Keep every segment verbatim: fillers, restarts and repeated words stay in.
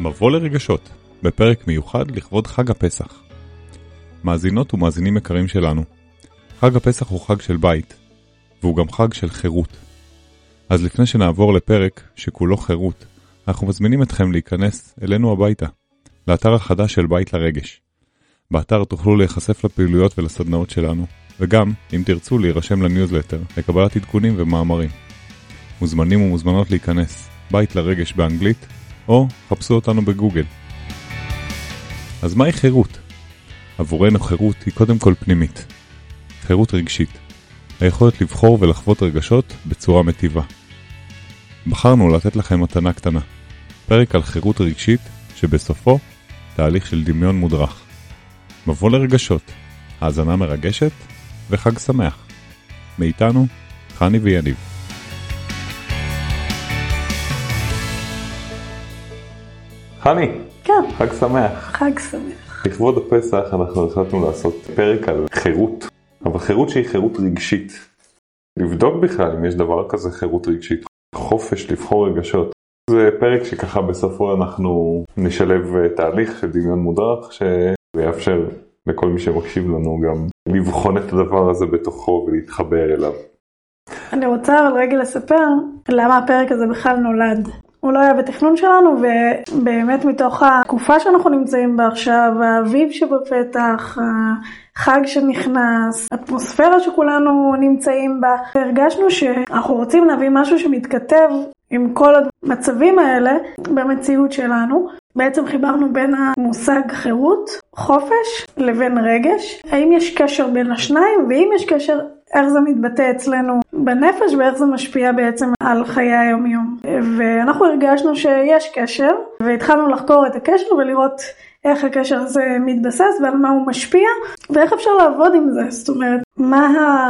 מבוא לרגשות, בפרק מיוחד לכבוד חג הפסח. מאזינות ומאזינים יקרים שלנו, חג הפסח הוא חג של בית, והוא גם חג של חירות. אז לפני שנעבור לפרק שכולו חירות, אנחנו מזמינים אתכם להיכנס אלינו הביתה, לאתר החדש של בית לרגש. באתר תוכלו להיחשף לפעילויות ולסדנאות שלנו, וגם, אם תרצו, להירשם לניוזלטר, לקבלת עדכונים ומאמרים. מוזמנים ומוזמנות להיכנס, בית לרגש באנגלית, או חפשו אותנו בגוגל. אז מהי חירות? עבורנו חירות היא קודם כל פנימית. חירות רגשית. היכולת לבחור ולחוות רגשות בצורה מטיבה. בחרנו לתת לכם מתנה קטנה. פרק על חירות רגשית שבסופו תהליך של דמיון מודרך. מבוא לרגשות. האזנה מרגשת וחג שמח. מאיתנו, חני ויניב. חני, כן. חג שמח. חג שמח. לכבוד הפסח אנחנו החלטנו לעשות פרק על חירות, אבל חירות שהיא חירות רגשית. לבדוק בכלל אם יש דבר כזה חירות רגשית, חופש לבחור רגשות. זה פרק שככה בסופו אנחנו נשלב תהליך של דמיון מודרך שיאפשר לכל מי שמקשיב לנו גם לבחון את הדבר הזה בתוכו ולהתחבר אליו. אני רוצה אבל רגע לספר למה הפרק הזה בכלל נולד. הוא לא היה בתכנון שלנו, ובאמת מתוך התקופה שאנחנו נמצאים בה עכשיו, האביב שבפתח, החג שנכנס, האטמוספירה שכולנו נמצאים בה, הרגשנו שאנחנו רוצים להביא משהו שמתכתב עם כל המצבים האלה במציאות שלנו. בעצם חיברנו בין המושג חירות, חופש, לבין רגש. האם יש קשר בין השניים, ואם יש קשר, איך זה מתבטא אצלנו בנפש, ואיך זה משפיע בעצם על חיי היום-יום. ואנחנו הרגשנו שיש קשר, והתחלנו לחקור את הקשר ולראות איך הקשר הזה מתבסס ועל מה הוא משפיע, ואיך אפשר לעבוד עם זה. זאת אומרת, מה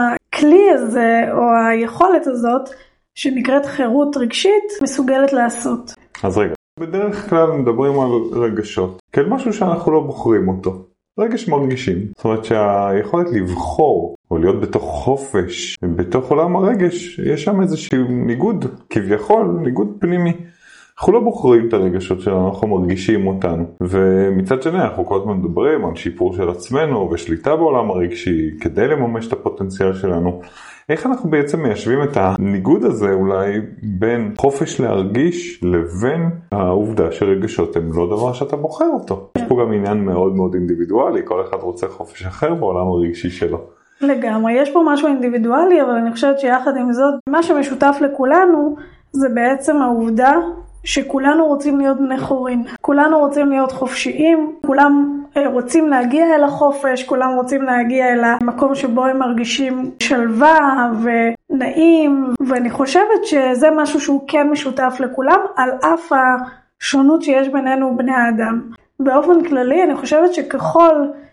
הכלי הזה או היכולת הזאת שנקראת חירות רגשית מסוגלת לעשות. אז רגע, בדרך כלל מדברים על רגשות, כאל משהו שאנחנו לא בוחרים אותו. רגש מרגישים. זאת אומרת שהיכולת לבחור או להיות בתוך חופש, בתוך עולם הרגש, יש שם איזשהו ניגוד, כביכול, ניגוד פנימי. אנחנו לא בוחרים את הרגשות שלנו, אנחנו מרגישים אותנו. ומצד שני אנחנו כל הזמן מדברים על שיפור של עצמנו ושליטה בעולם הרגשי, כדי לממש את הפוטנציאל שלנו. איך אנחנו בעצם מיישבים את הניגוד הזה אולי בין חופש להרגיש לבין העובדה שרגשות הם לא דבר שאתה בוחר אותו? יש פה גם עניין מאוד מאוד אינדיבידואלי, כל אחד רוצה חופש אחר בעולם הרגשי שלו. לגמרי, יש פה משהו אינדיבידואלי, אבל אני חושבת שיחד עם זאת, מה שמשותף לכולנו זה בעצם העובדה שכולנו רוצים להיות בני חורין. כולנו רוצים להיות חופשיים, כולם רוצים להגיע אל החופש, כולם רוצים להגיע אל המקום שבו הם מרגישים שלווה ונעים, ואני חושבת שזה משהו שהוא כן משותף לכולם, על אף השונות שיש בינינו בני האדם. באופן כללי אני חושבת שככל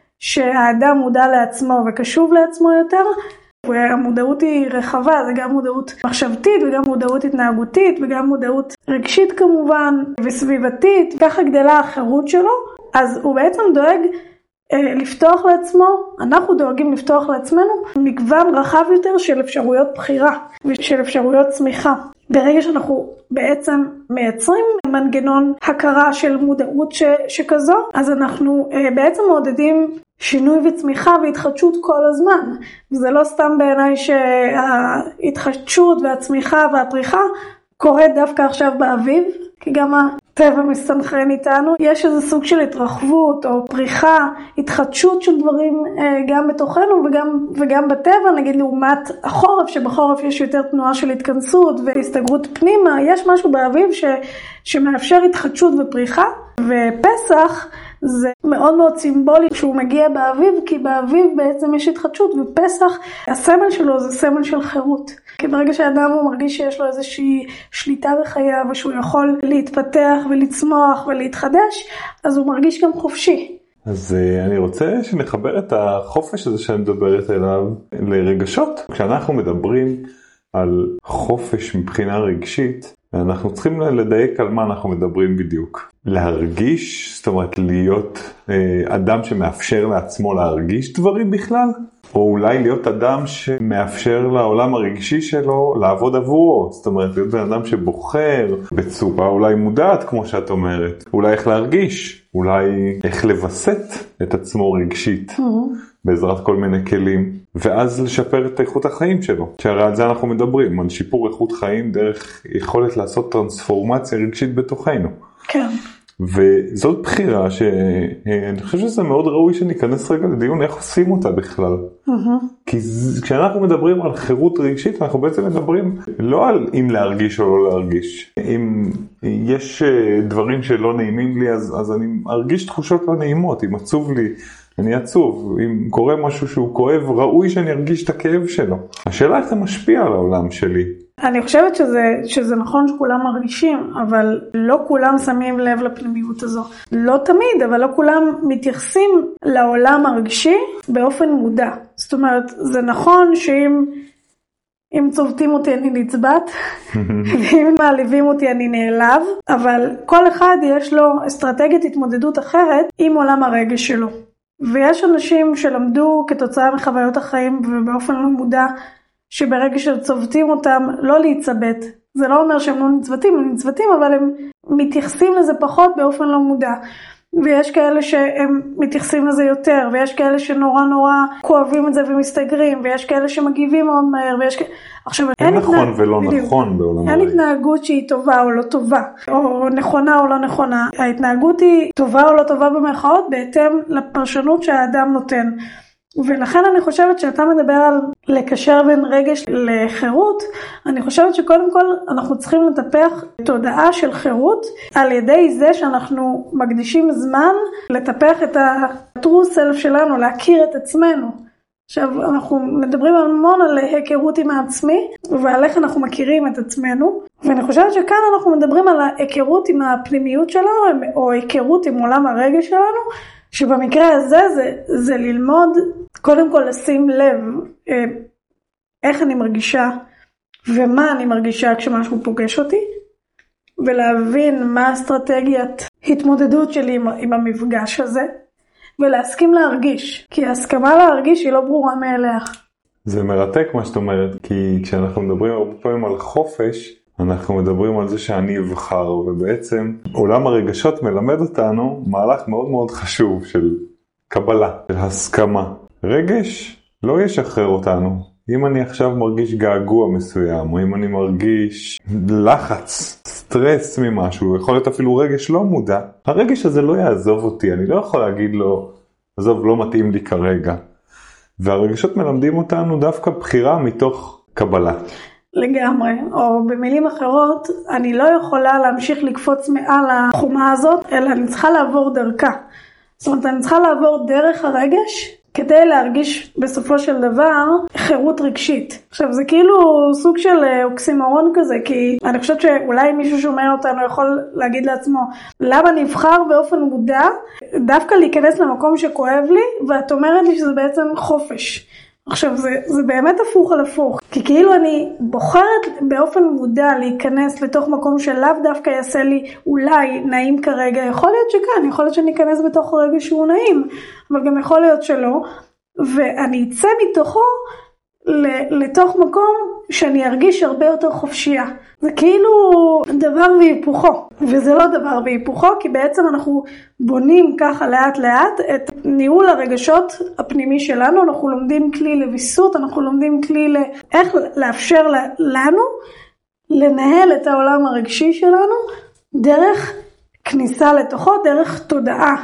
שהאדם מודע לעצמו וקשוב לעצמו יותר, והמודעות היא רחבה, זה גם מודעות מחשבתית וגם מודעות התנהגותית וגם מודעות רגשית כמובן וסביבתית, ככה גדלה החירות שלו, אז הוא בעצם דואג אה, לפתוח לעצמו, אנחנו דואגים לפתוח לעצמנו מגוון רחב יותר של אפשרויות בחירה ושל אפשרויות צמיחה. ברגע שאנחנו בעצם מייצרים מנגנון הכרה של מודעות ש, שכזו, אז אנחנו אה, בעצם מעודדים שינוי וצמיחה והתחדשות כל הזמן. וזה לא סתם בעיניי שההתחדשות והצמיחה והפריחה קורית דווקא עכשיו באביב, כי גם הטבע מסתנכרן איתנו. יש איזה סוג של התרחבות או פריחה, התחדשות של דברים גם בתוכנו וגם, וגם בטבע, נגיד לעומת החורף, שבחורף יש יותר תנועה של התכנסות והסתגרות פנימה. יש משהו באביב ש, שמאפשר התחדשות ופריחה, ופסח זה מאוד מאוד סימבולי שהוא מגיע באביב, כי באביב בעצם יש התחדשות, ופסח, הסמל שלו זה סמל של חירות. כי ברגע שהאדם הוא מרגיש שיש לו איזושהי שליטה בחייו, ושהוא יכול להתפתח ולצמוח ולהתחדש, אז הוא מרגיש גם חופשי. אז אני רוצה שנחבר את החופש הזה שאני מדברת אליו לרגשות. כשאנחנו מדברים על חופש מבחינה רגשית, אנחנו צריכים לדייק על מה אנחנו מדברים בדיוק. להרגיש, זאת אומרת להיות אה, אדם שמאפשר לעצמו להרגיש דברים בכלל, או אולי להיות אדם שמאפשר לעולם הרגשי שלו לעבוד עבורו, זאת אומרת להיות בן אדם שבוחר בצורה אולי מודעת כמו שאת אומרת, אולי איך להרגיש, אולי איך לבסט את עצמו רגשית בעזרת כל מיני כלים, ואז לשפר את איכות החיים שלו. שהרי על זה אנחנו מדברים, על שיפור איכות חיים דרך יכולת לעשות טרנספורמציה רגשית בתוכנו. כן. וזאת בחירה שאני חושב שזה מאוד ראוי שניכנס רגע לדיון איך עושים אותה בכלל. כי כשאנחנו מדברים על חירות רגשית, אנחנו בעצם מדברים לא על אם להרגיש או לא להרגיש. אם יש דברים שלא נעימים לי, אז, אז אני ארגיש תחושות לא נעימות. אם עצוב לי, אני עצוב. אם קורה משהו שהוא כואב, ראוי שאני ארגיש את הכאב שלו. השאלה איך זה משפיע על העולם שלי. אני חושבת שזה, שזה נכון שכולם מרגישים, אבל לא כולם שמים לב לפנימיות הזו. לא תמיד, אבל לא כולם מתייחסים לעולם הרגשי באופן מודע. זאת אומרת, זה נכון שאם אם צובטים אותי אני נצבט, ואם מעליבים אותי אני נעלב, אבל כל אחד יש לו אסטרטגיית התמודדות אחרת עם עולם הרגש שלו. ויש אנשים שלמדו כתוצאה מחוויות החיים ובאופן לא מודע, שברגע שצובטים אותם לא להצבט. זה לא אומר שהם לא נצבטים, הם נצבטים, אבל הם מתייחסים לזה פחות באופן לא מודע. ויש כאלה שהם מתייחסים לזה יותר, ויש כאלה שנורא נורא כואבים את זה ומסתגרים, ויש כאלה שמגיבים מאוד מהר, ויש כאלה... עכשיו, אין נכון התנהג... ולא בדיוק. נכון בעולם אין התנהגות שהיא טובה או לא טובה, או נכונה או לא נכונה. ההתנהגות היא טובה או לא טובה במרכאות, בהתאם לפרשנות שהאדם נותן. ולכן אני חושבת שאתה מדבר על לקשר בין רגש לחירות, אני חושבת שקודם כל אנחנו צריכים לטפח תודעה של חירות, על ידי זה שאנחנו מקדישים זמן לטפח את ה-true self שלנו, להכיר את עצמנו. עכשיו אנחנו מדברים המון על היכרות עם העצמי, ועל איך אנחנו מכירים את עצמנו, ואני חושבת שכאן אנחנו מדברים על ההיכרות עם הפנימיות שלנו, או היכרות עם עולם הרגש שלנו, שבמקרה הזה זה, זה ללמוד, קודם כל לשים לב אה, איך אני מרגישה ומה אני מרגישה כשמשהו פוגש אותי, ולהבין מה האסטרטגיית התמודדות שלי עם, עם המפגש הזה, ולהסכים להרגיש, כי ההסכמה להרגיש היא לא ברורה מאליה. זה מרתק מה שאת אומרת, כי כשאנחנו מדברים הרבה פעמים על חופש, אנחנו מדברים על זה שאני אבחר, ובעצם עולם הרגשות מלמד אותנו מהלך מאוד מאוד חשוב של קבלה, של הסכמה. רגש לא ישחרר אותנו. אם אני עכשיו מרגיש געגוע מסוים, או אם אני מרגיש לחץ, סטרס ממשהו, יכול להיות אפילו רגש לא מודע, הרגש הזה לא יעזוב אותי, אני לא יכול להגיד לו, עזוב, לא מתאים לי כרגע. והרגשות מלמדים אותנו דווקא בחירה מתוך קבלה. לגמרי, או במילים אחרות, אני לא יכולה להמשיך לקפוץ מעל החומה הזאת, אלא אני צריכה לעבור דרכה. זאת אומרת, אני צריכה לעבור דרך הרגש, כדי להרגיש בסופו של דבר חירות רגשית. עכשיו, זה כאילו סוג של אוקסימורון כזה, כי אני חושבת שאולי מישהו שומע אותנו יכול להגיד לעצמו, למה נבחר באופן מודע, דווקא להיכנס למקום שכואב לי, ואת אומרת לי שזה בעצם חופש. עכשיו, זה, זה באמת הפוך על הפוך, כי כאילו אני בוחרת באופן מודע להיכנס לתוך מקום שלאו דווקא יעשה לי אולי נעים כרגע, יכול להיות שכאן, יכול להיות שאני אכנס בתוך רגע שהוא נעים, אבל גם יכול להיות שלא, ואני אצא מתוכו לתוך מקום שאני ארגיש הרבה יותר חופשייה. זה כאילו דבר והיפוכו, וזה לא דבר והיפוכו, כי בעצם אנחנו בונים ככה לאט לאט את ניהול הרגשות הפנימי שלנו, אנחנו לומדים כלי לביסות, אנחנו לומדים כלי לאיך לאפשר לנו לנהל את העולם הרגשי שלנו, דרך כניסה לתוכו, דרך תודעה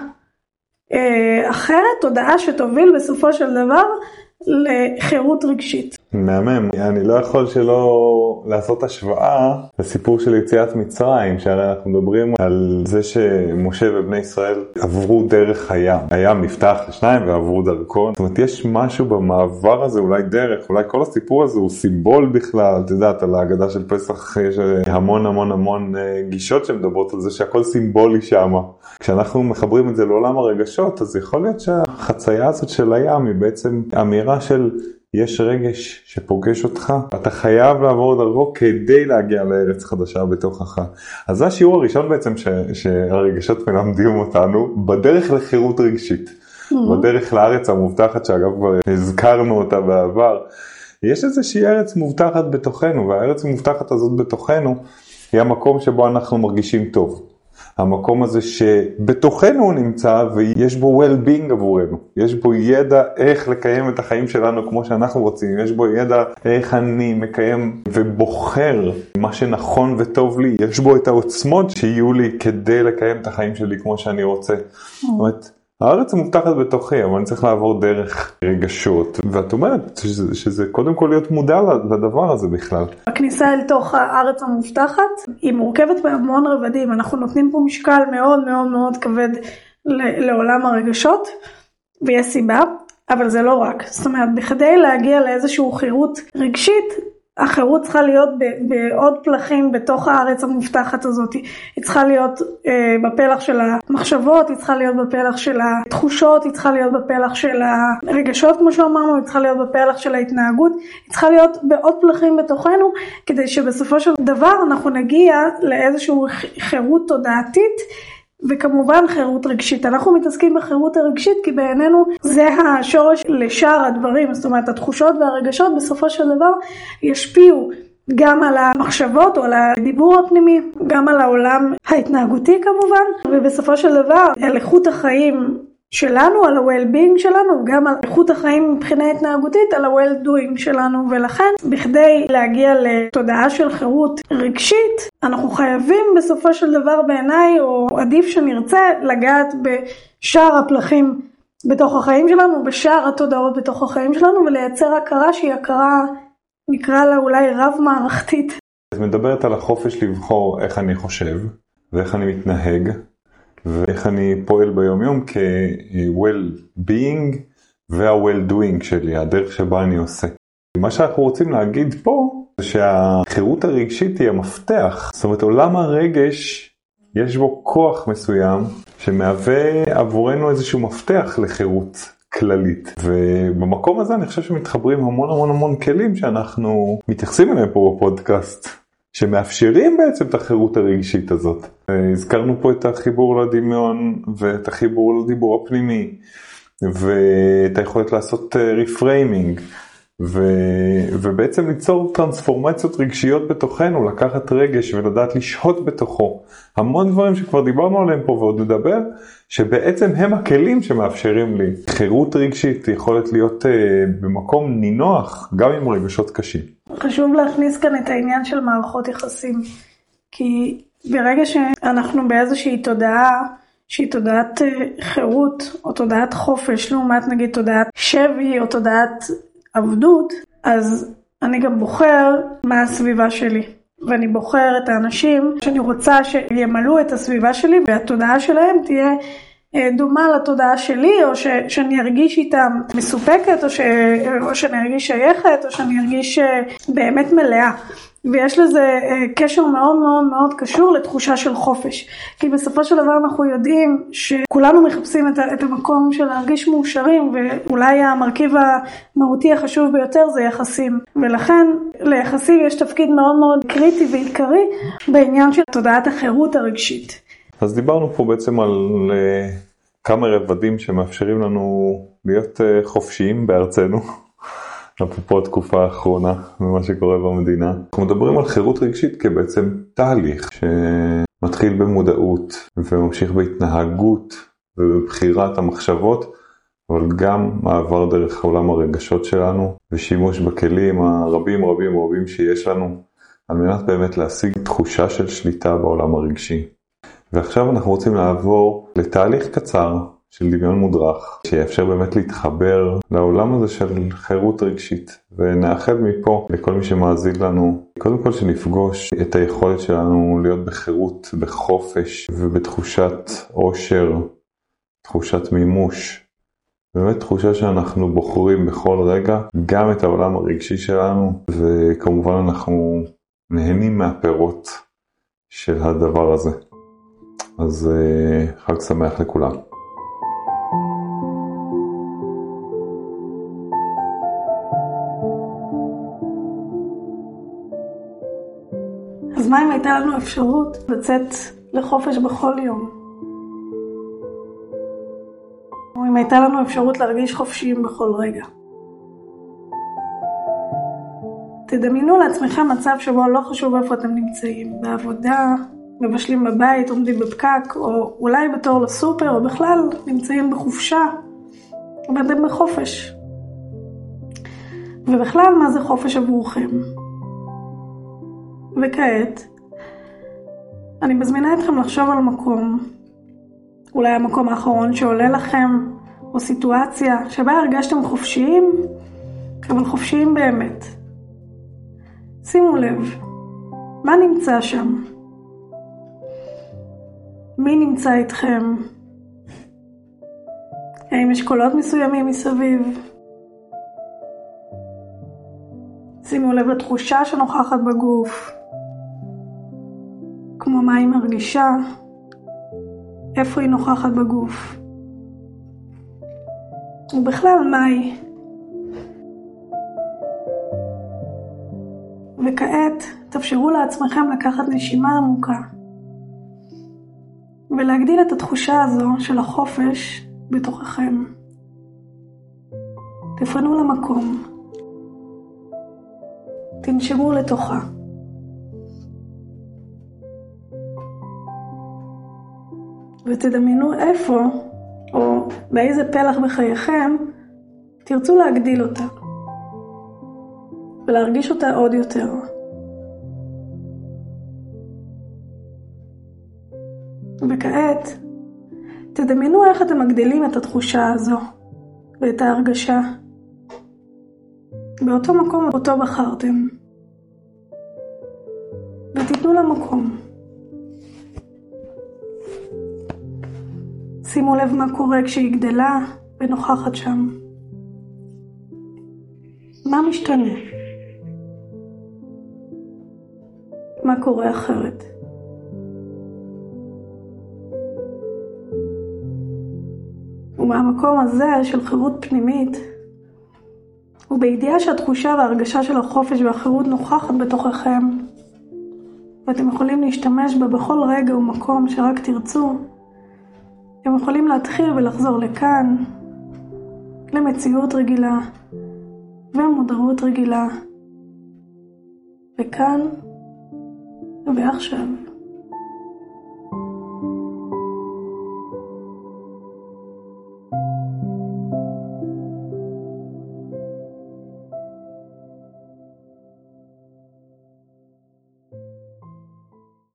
אחרת, תודעה שתוביל בסופו של דבר לחירות רגשית. מהמם, אני לא יכול שלא לעשות השוואה לסיפור של יציאת מצרים, שהרי אנחנו מדברים על זה שמשה ובני ישראל עברו דרך הים. הים נפתח לשניים ועברו דרכו. זאת אומרת, יש משהו במעבר הזה, אולי דרך, אולי כל הסיפור הזה הוא סימבול בכלל. את יודעת, על ההגדה של פסח יש המון המון המון גישות שמדברות על זה שהכל סימבולי שם. כשאנחנו מחברים את זה לעולם הרגשות, אז יכול להיות שהחצייה הזאת של הים היא בעצם אמירה של יש רגש שפוגש אותך, אתה חייב לעבור דרכו כדי להגיע לארץ חדשה בתוכך. אז זה השיעור הראשון בעצם ש, שהרגשות מלמדים אותנו, בדרך לחירות רגשית, mm-hmm. בדרך לארץ המובטחת, שאגב כבר הזכרנו אותה בעבר. יש איזושהי ארץ מובטחת בתוכנו, והארץ המובטחת הזאת בתוכנו, היא המקום שבו אנחנו מרגישים טוב. המקום הזה שבתוכנו הוא נמצא ויש בו well-being עבורנו. יש בו ידע איך לקיים את החיים שלנו כמו שאנחנו רוצים. יש בו ידע איך אני מקיים ובוחר מה שנכון וטוב לי. יש בו את העוצמות שיהיו לי כדי לקיים את החיים שלי כמו שאני רוצה. זאת אומרת, הארץ המובטחת בתוכי, אבל אני צריך לעבור דרך רגשות. ואת אומרת שזה, שזה קודם כל להיות מודע לדבר הזה בכלל. הכניסה אל תוך הארץ המובטחת היא מורכבת בהמון רבדים. אנחנו נותנים פה משקל מאוד מאוד מאוד כבד לעולם הרגשות, ויש סיבה, אבל זה לא רק. זאת אומרת, בכדי להגיע לאיזשהו חירות רגשית, החירות צריכה להיות בעוד פלחים בתוך הארץ המובטחת הזאת. היא צריכה להיות אה, בפלח של המחשבות, היא צריכה להיות בפלח של התחושות, היא צריכה להיות בפלח של הרגשות כמו שאמרנו, היא צריכה להיות בפלח של ההתנהגות, היא צריכה להיות בעוד פלחים בתוכנו, כדי שבסופו של דבר אנחנו נגיע לאיזשהו חירות תודעתית, וכמובן חירות רגשית. אנחנו מתעסקים בחירות הרגשית כי בעינינו זה השורש לשאר הדברים. זאת אומרת, התחושות והרגשות בסופו של דבר ישפיעו גם על המחשבות או על הדיבור הפנימי, גם על העולם ההתנהגותי כמובן, ובסופו של דבר על איכות החיים שלנו, על ה-well-being שלנו, גם על איכות החיים מבחינה התנהגותית, על ה-well-doing שלנו. ולכן, בכדי להגיע לתודעה של חירות רגשית, אנחנו חייבים בסופו של דבר בעיניי, או עדיף שנרצה, לגעת בשאר הפלחים בתוך החיים שלנו, בשאר התודעות בתוך החיים שלנו, ולייצר הכרה שהיא הכרה, נקרא לה אולי רב-מערכתית. את מדברת על החופש לבחור איך אני חושב, ואיך אני מתנהג, ואיך אני פועל ביום יום כ-well-being וה-well-doing שלי, הדרך שבה אני עושה. מה שאנחנו רוצים להגיד פה, זה שהחירות הרגשית היא המפתח. זאת אומרת, עולם הרגש, יש בו כוח מסוים, שמהווה עבורנו איזשהו מפתח לחירות כללית. ובמקום הזה אני חושב שמתחברים המון המון המון כלים, שאנחנו מתייחסים אליהם פה בפודקאסט. שמאפשרים בעצם את החירות הרגשית הזאת. הזכרנו פה את החיבור לדמיון ואת החיבור לדיבור הפנימי, ואת היכולת לעשות רפריימינג, ו... ובעצם ליצור טרנספורמציות רגשיות בתוכנו, לקחת רגש ולדעת לשהות בתוכו. המון דברים שכבר דיברנו עליהם פה ועוד נדבר, שבעצם הם הכלים שמאפשרים לי חירות רגשית, יכולת להיות uh, במקום נינוח, גם עם רגשות קשים. חשוב להכניס כאן את העניין של מערכות יחסים, כי ברגע שאנחנו באיזושהי תודעה, שהיא תודעת חירות או תודעת חופש, לעומת נגיד תודעת שבי או תודעת עבדות, אז אני גם בוחר מה הסביבה שלי. ואני בוחר את האנשים שאני רוצה שימלאו את הסביבה שלי, והתודעה שלהם תהיה דומה לתודעה שלי, או ש, שאני ארגיש איתם מסופקת, או, ש, או שאני ארגיש שייכת, או שאני ארגיש באמת מלאה. ויש לזה קשר מאוד מאוד מאוד קשור לתחושה של חופש. כי בסופו של דבר אנחנו יודעים שכולנו מחפשים את המקום של להרגיש מאושרים, ואולי המרכיב המהותי החשוב ביותר זה יחסים. ולכן ליחסים יש תפקיד מאוד מאוד קריטי ועיקרי בעניין של תודעת החירות הרגשית. אז דיברנו פה בעצם על כמה רבדים שמאפשרים לנו להיות חופשיים בארצנו. אפרופו התקופה האחרונה ממה שקורה במדינה. אנחנו מדברים על חירות רגשית כבעצם תהליך שמתחיל במודעות וממשיך בהתנהגות ובבחירת המחשבות, אבל גם מעבר דרך עולם הרגשות שלנו ושימוש בכלים הרבים רבים רבים שיש לנו על מנת באמת להשיג תחושה של שליטה בעולם הרגשי. ועכשיו אנחנו רוצים לעבור לתהליך קצר של דמיון מודרך, שיאפשר באמת להתחבר לעולם הזה של חירות רגשית. ונאחל מפה לכל מי שמאזין לנו, קודם כל שנפגוש את היכולת שלנו להיות בחירות, בחופש ובתחושת עושר, תחושת מימוש. באמת תחושה שאנחנו בוחרים בכל רגע, גם את העולם הרגשי שלנו, וכמובן אנחנו נהנים מהפירות של הדבר הזה. אז חג שמח לכולם. מה אם הייתה לנו אפשרות לצאת לחופש בכל יום? או אם הייתה לנו אפשרות להרגיש חופשיים בכל רגע? תדמיינו לעצמכם מצב שבו לא חשוב איפה אתם נמצאים, בעבודה, מבשלים בבית, עומדים בפקק, או אולי בתור לסופר, או בכלל נמצאים בחופשה, ואתם בחופש. ובכלל, מה זה חופש עבורכם? וכעת, אני מזמינה אתכם לחשוב על מקום, אולי המקום האחרון שעולה לכם, או סיטואציה שבה הרגשתם חופשיים, אבל חופשיים באמת. שימו לב, מה נמצא שם? מי נמצא איתכם? האם יש קולות מסוימים מסביב? שימו לב לתחושה שנוכחת בגוף. כמו מה היא מרגישה? איפה היא נוכחת בגוף? ובכלל מה היא? וכעת תאפשרו לעצמכם לקחת נשימה עמוקה ולהגדיל את התחושה הזו של החופש בתוככם. תפנו למקום. תנשמו לתוכה. ותדמיינו איפה או באיזה פלח בחייכם תרצו להגדיל אותה ולהרגיש אותה עוד יותר. וכעת תדמיינו איך אתם מגדילים את התחושה הזו ואת ההרגשה באותו מקום אותו בחרתם, ותיתנו למקום. שימו לב מה קורה כשהיא גדלה ונוכחת שם. מה משתנה? מה קורה אחרת? ומהמקום הזה של חירות פנימית, ובידיעה שהתחושה וההרגשה של החופש והחירות נוכחת בתוככם, ואתם יכולים להשתמש בה בכל רגע ומקום שרק תרצו, אתם יכולים להתחיל ולחזור לכאן, למציאות רגילה ומודעות רגילה, וכאן ועכשיו.